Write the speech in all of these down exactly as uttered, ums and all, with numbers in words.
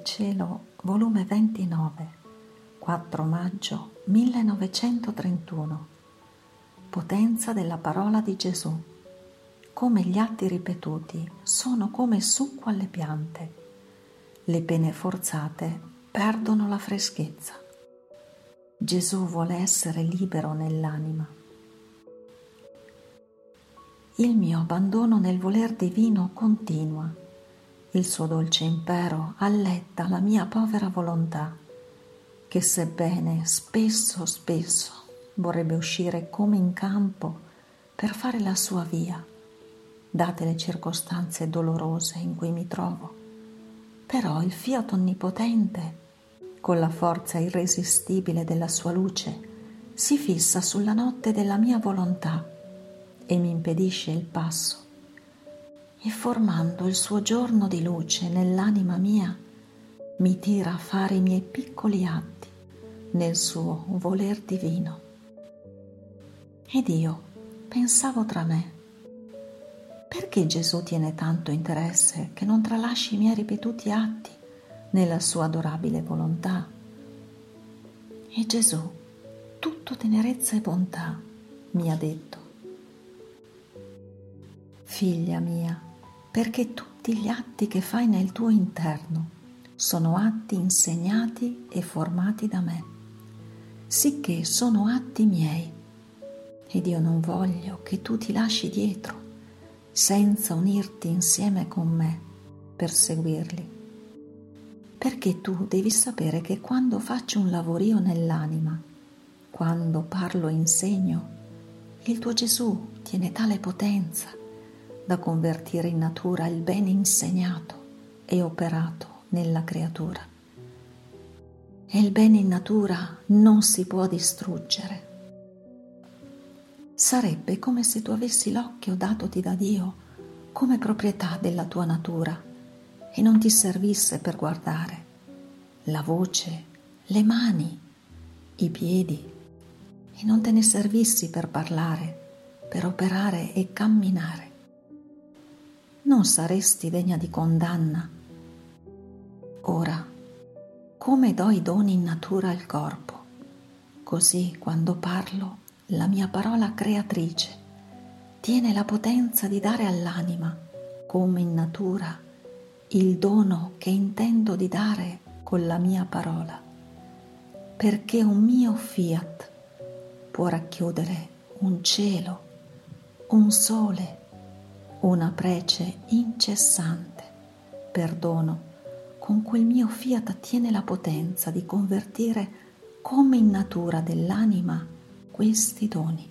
del cielo, volume ventinove, quattro maggio millenovecentotrentuno. Potenza della parola di Gesù. Come gli atti ripetuti sono come succo alle piante. Le pene forzate perdono la freschezza. Gesù vuole essere libero nell'anima. Il mio abbandono nel voler divino continua. Il suo dolce impero alletta la mia povera volontà, che sebbene spesso spesso vorrebbe uscire come in campo per fare la sua via, date le circostanze dolorose in cui mi trovo. Però il Fiat Onnipotente, con la forza irresistibile della sua luce, si fissa sulla notte della mia volontà e mi impedisce il passo. E formando il suo giorno di luce nell'anima mia, mi tira a fare i miei piccoli atti nel suo voler divino. Ed io pensavo tra me: perché Gesù tiene tanto interesse che non tralasci i miei ripetuti atti nella sua adorabile volontà? E Gesù, tutto tenerezza e bontà, mi ha detto: figlia mia, perché tutti gli atti che fai nel tuo interno sono atti insegnati e formati da me, sicché sono atti miei, ed io non voglio che tu ti lasci dietro senza unirti insieme con me per seguirli. Perché tu devi sapere che quando faccio un lavorio nell'anima, quando parlo e insegno, il tuo Gesù tiene tale potenza da convertire in natura il bene insegnato e operato nella creatura. E il bene in natura non si può distruggere. Sarebbe come se tu avessi l'occhio datoti da Dio come proprietà della tua natura e non ti servisse per guardare, la voce, le mani, i piedi, e non te ne servissi per parlare, per operare e camminare. Non saresti degna di condanna. Ora, come do i doni in natura al corpo, così quando parlo la mia parola creatrice tiene la potenza di dare all'anima, come in natura, il dono che intendo di dare con la mia parola, perché un mio fiat può racchiudere un cielo, un sole, una prece incessante, perdono, con quel mio fiat tiene la potenza di convertire come in natura dell'anima questi doni.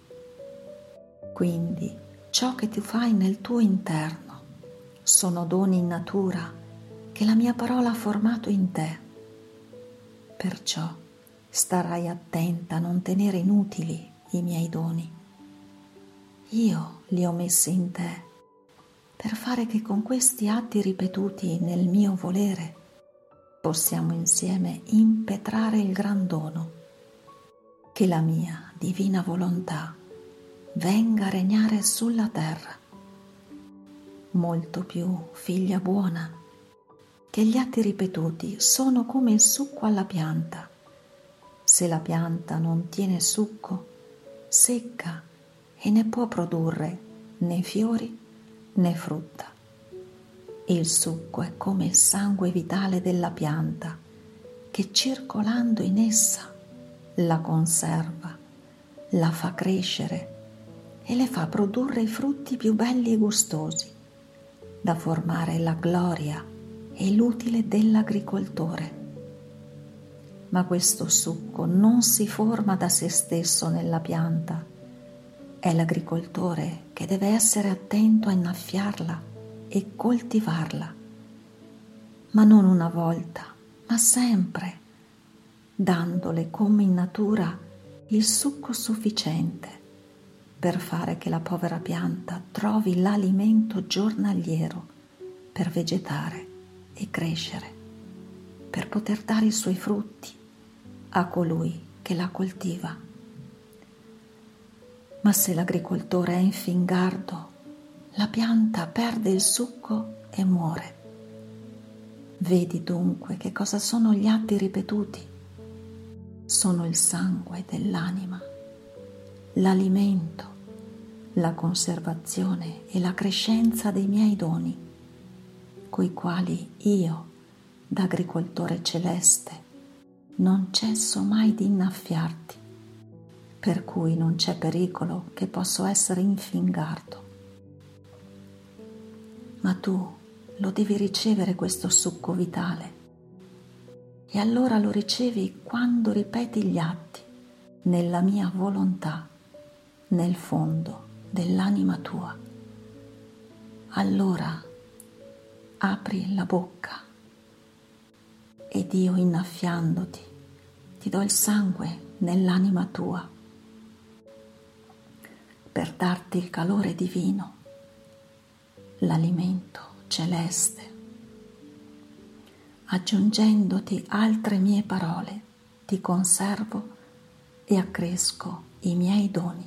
Quindi ciò che tu fai nel tuo interno sono doni in natura che la mia parola ha formato in te. Perciò starai attenta a non tenere inutili i miei doni. Io li ho messi in te per fare che con questi atti ripetuti nel mio volere possiamo insieme impetrare il gran dono, che la mia divina volontà venga a regnare sulla terra. Molto più, figlia buona, che gli atti ripetuti sono come il succo alla pianta. Se la pianta non tiene succo, secca e ne può produrre né fiori né frutta. Il succo è come il sangue vitale della pianta che, circolando in essa, la conserva, la fa crescere e le fa produrre i frutti più belli e gustosi, da formare la gloria e l'utile dell'agricoltore. Ma questo succo non si forma da se stesso nella pianta. È l'agricoltore che deve essere attento a innaffiarla e coltivarla, ma non una volta, ma sempre, dandole come in natura il succo sufficiente per fare che la povera pianta trovi l'alimento giornaliero per vegetare e crescere, per poter dare i suoi frutti a colui che la coltiva. Ma se l'agricoltore è infingardo, la pianta perde il succo e muore. Vedi dunque che cosa sono gli atti ripetuti? Sono il sangue dell'anima, l'alimento, la conservazione e la crescenza dei miei doni, coi quali io, da agricoltore celeste, non cesso mai di innaffiarti, per cui non c'è pericolo che posso essere infingarto. Ma tu lo devi ricevere questo succo vitale, e allora lo ricevi quando ripeti gli atti nella mia volontà, nel fondo dell'anima tua. Allora apri la bocca ed io, innaffiandoti, ti do il sangue nell'anima tua per darti il calore divino, l'alimento celeste. Aggiungendoti altre mie parole, ti conservo e accresco i miei doni.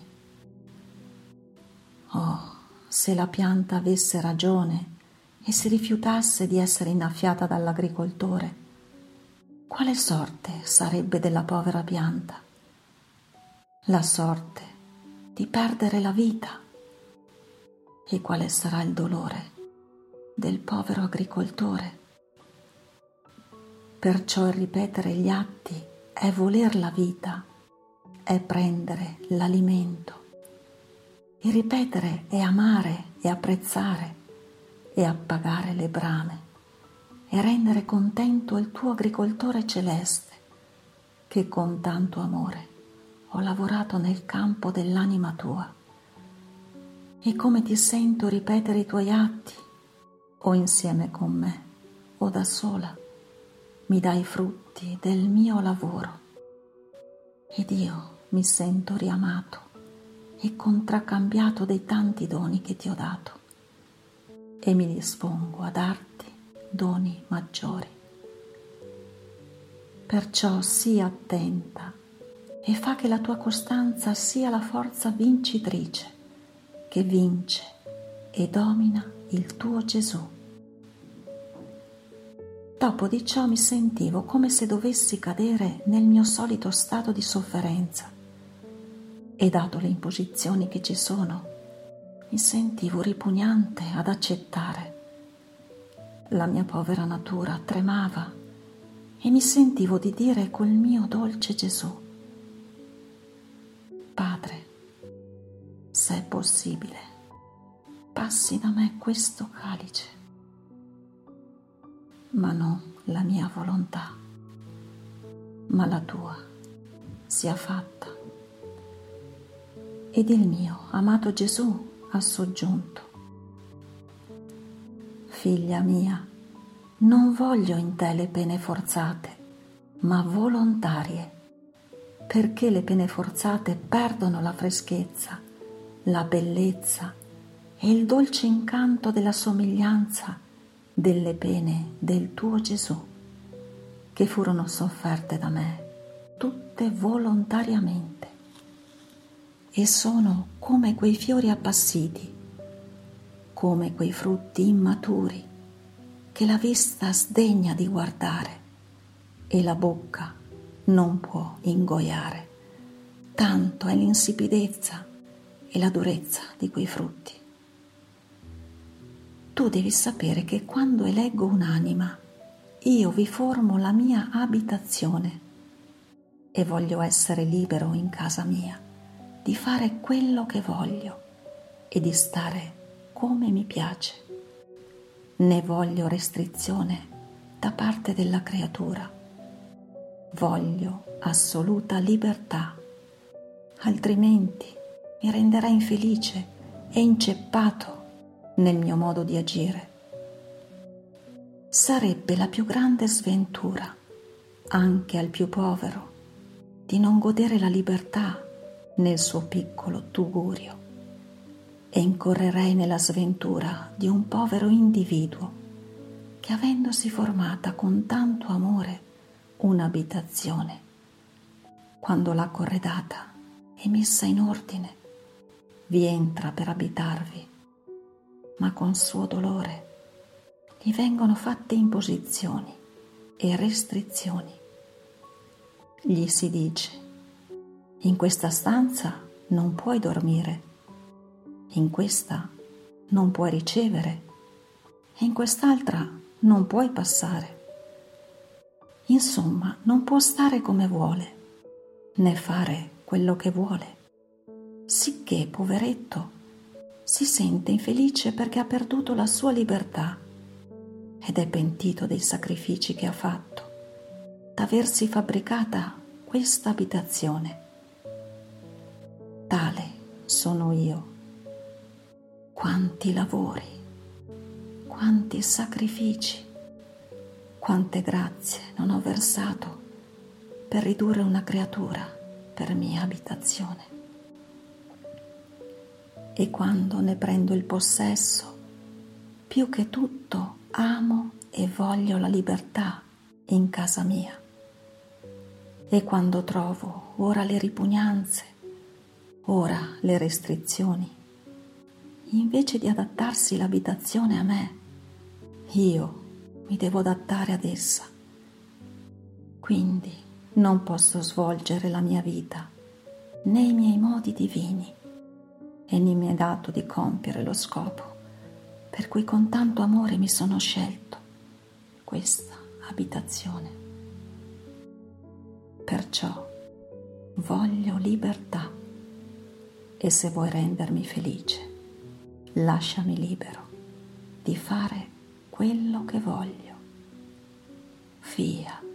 Oh, se la pianta avesse ragione e si rifiutasse di essere innaffiata dall'agricoltore, quale sorte sarebbe della povera pianta? La sorte di perdere la vita. E quale sarà il dolore del povero agricoltore? Perciò il ripetere gli atti è voler la vita, è prendere l'alimento. Il ripetere è amare e apprezzare e appagare le brame e rendere contento il tuo agricoltore celeste, che con tanto amore ho lavorato nel campo dell'anima tua. E come ti sento ripetere i tuoi atti, o insieme con me, o da sola, mi dai i frutti del mio lavoro, ed io mi sento riamato e contraccambiato dei tanti doni che ti ho dato, e mi dispongo a darti doni maggiori. Perciò sii attenta e fa che la tua costanza sia la forza vincitrice che vince e domina il tuo Gesù. Dopo di ciò mi sentivo come se dovessi cadere nel mio solito stato di sofferenza, e dato le imposizioni che ci sono, mi sentivo ripugnante ad accettare. La mia povera natura tremava e mi sentivo di dire col mio dolce Gesù: Padre, se è possibile, passi da me questo calice, ma non la mia volontà, ma la tua sia fatta. Ed il mio amato Gesù ha soggiunto: Figlia mia, non voglio in te le pene forzate, ma volontarie, perché le pene forzate perdono la freschezza, la bellezza e il dolce incanto della somiglianza delle pene del tuo Gesù, che furono sofferte da me tutte volontariamente, e sono come quei fiori appassiti, come quei frutti immaturi che la vista sdegna di guardare e la bocca non può ingoiare, tanto è l'insipidezza e la durezza di quei frutti. Tu devi sapere che quando eleggo un'anima, io vi formo la mia abitazione e voglio essere libero in casa mia di fare quello che voglio e di stare come mi piace. Ne voglio restrizione da parte della creatura. Voglio assoluta libertà, altrimenti mi renderei infelice e inceppato nel mio modo di agire. Sarebbe la più grande sventura, anche al più povero, di non godere la libertà nel suo piccolo tugurio, e incorrerei nella sventura di un povero individuo che, avendosi formata con tanto amore un'abitazione, quando l'ha corredata e messa in ordine, vi entra per abitarvi, ma con suo dolore mi vengono fatte imposizioni e restrizioni. Gli si dice: in questa stanza non puoi dormire, in questa non puoi ricevere e in quest'altra non puoi passare. Insomma, non può stare come vuole, né fare quello che vuole, sicché, poveretto, si sente infelice perché ha perduto la sua libertà ed è pentito dei sacrifici che ha fatto d'aversi fabbricata questa abitazione. Tale sono io. Quanti lavori, quanti sacrifici, quante grazie non ho versato per ridurre una creatura per mia abitazione. E quando ne prendo il possesso, più che tutto amo e voglio la libertà in casa mia. E quando trovo ora le ripugnanze, ora le restrizioni, invece di adattarsi l'abitazione a me, io mi devo adattare ad essa. Quindi non posso svolgere la mia vita né i miei modi divini e né mi è dato di compiere lo scopo per cui con tanto amore mi sono scelto questa abitazione. Perciò voglio libertà e se vuoi rendermi felice, lasciami libero di fare quello che voglio. Fiat.